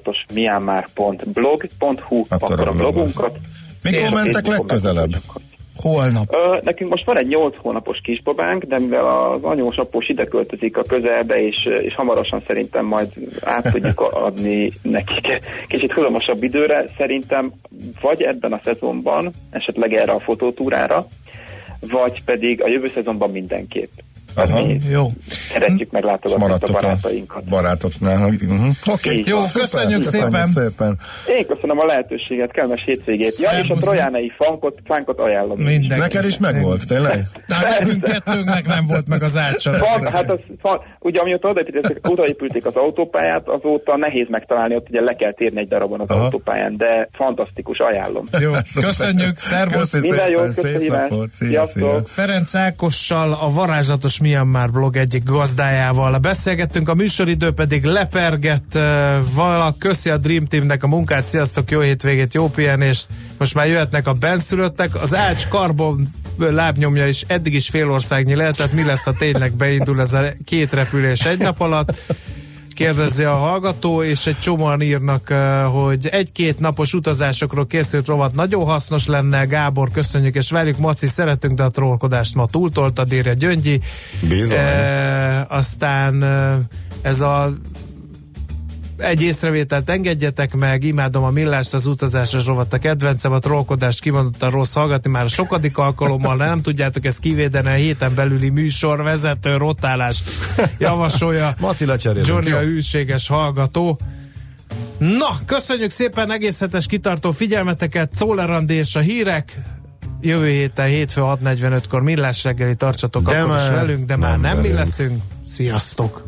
varázslatos.myanmar.blog.hu, akkor a blogunkat. Mikor mentek legközelebb? Holnap. Nekünk most van egy 8 hónapos kisbabánk, de mivel az anyós após ide költözik a közelbe, és hamarosan szerintem majd át tudjuk adni nekik kicsit hullamosabb időre, szerintem vagy ebben a szezonban, esetleg erre a fotótúrára, vagy pedig a jövő szezonban mindenképp. Jó. Szeretjük meglátogatni a barátainkat. Barátoknál. Okay. Jó, köszönjük szépen. Én köszönöm a lehetőséget, kellemes hétvégét. Ja, és a trojánai fánkot ajánlom. Neked is megvolt, tényleg? Nekünk kettőnknek nem volt meg az átsor. Hát ugye amióta odaépülték az autópályát, azóta nehéz megtalálni, ott ugye le kell térni egy darabon az autópályán, de fantasztikus, ajánlom. Jó, köszönjük, szervusz. Minden jót, köszönjük. Sziasztok. Ferenc Ákossal, a varázslatos Myanmar blog egyik gazdájával beszélgettünk, a műsoridő pedig lepergett. Köszi a Dream Teamnek a munkát, sziasztok, jó hétvégét, jó pihenést. Most már jöhetnek a benszülöttek. Az Ács karbon lábnyomja is eddig is fél országnyi lehet, tehát mi lesz, ha tényleg beindul ez a 2 repülés egy nap alatt. kérdezi a hallgató, és egy csomóan írnak, hogy 1-2 napos utazásokról készült rovat nagyon hasznos lenne. Gábor, köszönjük, és velük Maci, szeretünk, de a trollkodást ma túltoltad, írja Gyöngyi. Bizony. Aztán ez a egy észrevételt engedjetek meg, imádom a Millást, az utazásos rovat a kedvencem, a trollkodást kimondottan rossz hallgatni, már a sokadik alkalommal, nem tudjátok ezt kivédeni, a héten belüli műsor vezető rotálást javasolja Johnny, a hűséges hallgató. Na, köszönjük szépen egész hetes kitartó figyelmeteket, Czoller Andi és a hírek. Jövő héten hétfő 6:45-kor Millás reggeli, tartsatok de akkor is velünk, de már nem mi leszünk. Sziasztok!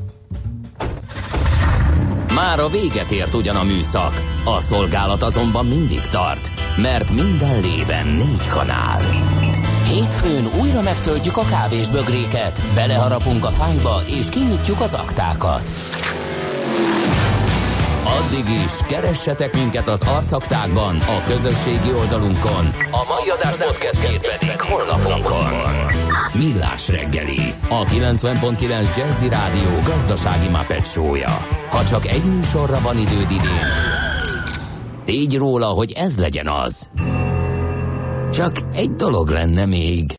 Már a véget ért ugyan a műszak, a szolgálat azonban mindig tart, mert minden lében 4 kanál. Hétfőn újra megtöltjük a kávésbögréket, beleharapunk a fányba és kinyitjuk az aktákat. Addig is keressetek minket az arcaktákban, a közösségi oldalunkon, a mai adás podcastjét pedig honlapunkon. Millás reggeli, a 90.9 Jazzy Rádió gazdasági Muppet show-ja. Ha csak egy műsorra van időd idén, tégy róla, hogy ez legyen az. Csak egy dolog lenne még.